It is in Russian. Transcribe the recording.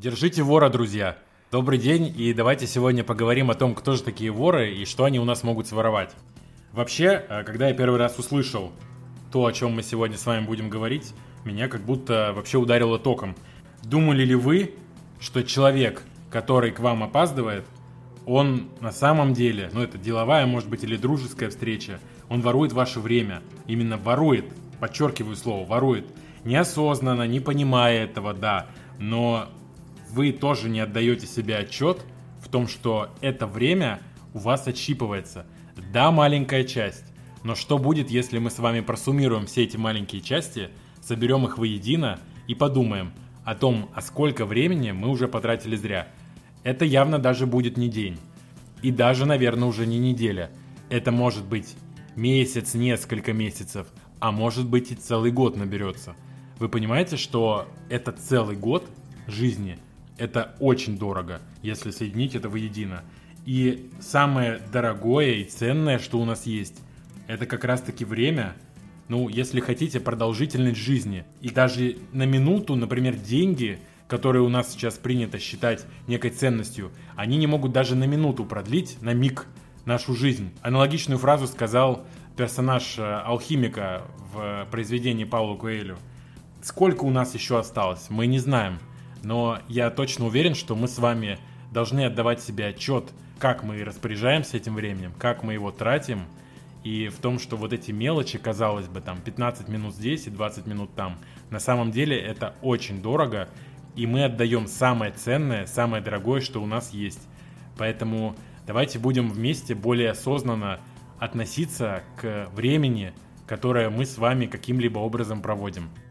Держите вора, друзья! Добрый день, и давайте сегодня поговорим о том, кто же такие воры и что они у нас могут своровать. Вообще, когда я первый раз услышал то, о чем мы сегодня с вами будем говорить, меня как будто вообще ударило током. Думали ли вы, что человек, который к вам опаздывает, он на самом деле, это деловая, может быть, или дружеская встреча, он ворует ваше время. Именно ворует, подчеркиваю слово, ворует. Неосознанно, не понимая этого, да, но вы тоже не отдаете себе отчет в том, что это время у вас отщипывается. Да, маленькая часть, но что будет, если мы с вами просуммируем все эти маленькие части, соберем их воедино и подумаем о том, а сколько времени мы уже потратили зря. Это явно даже будет не день. И даже, наверное, уже не неделя. Это может быть месяц, несколько месяцев, а может быть и целый год наберется. Вы понимаете, что это целый год жизни? Это очень дорого, если соединить это воедино. И самое дорогое и ценное, что у нас есть, это как раз-таки время, если хотите, продолжительность жизни. И даже на минуту, например, деньги, которые у нас сейчас принято считать некой ценностью, они не могут даже на минуту продлить, на миг, нашу жизнь. Аналогичную фразу сказал персонаж алхимика в произведении Пауло Коэльо. Сколько у нас еще осталось, мы не знаем. Но я точно уверен, что мы с вами должны отдавать себе отчет, как мы распоряжаемся этим временем, как мы его тратим, и в том, что вот эти мелочи, казалось бы, 15 минут здесь и 20 минут там, на самом деле это очень дорого, и мы отдаем самое ценное, самое дорогое, что у нас есть. Поэтому давайте будем вместе более осознанно относиться к времени, которое мы с вами каким-либо образом проводим.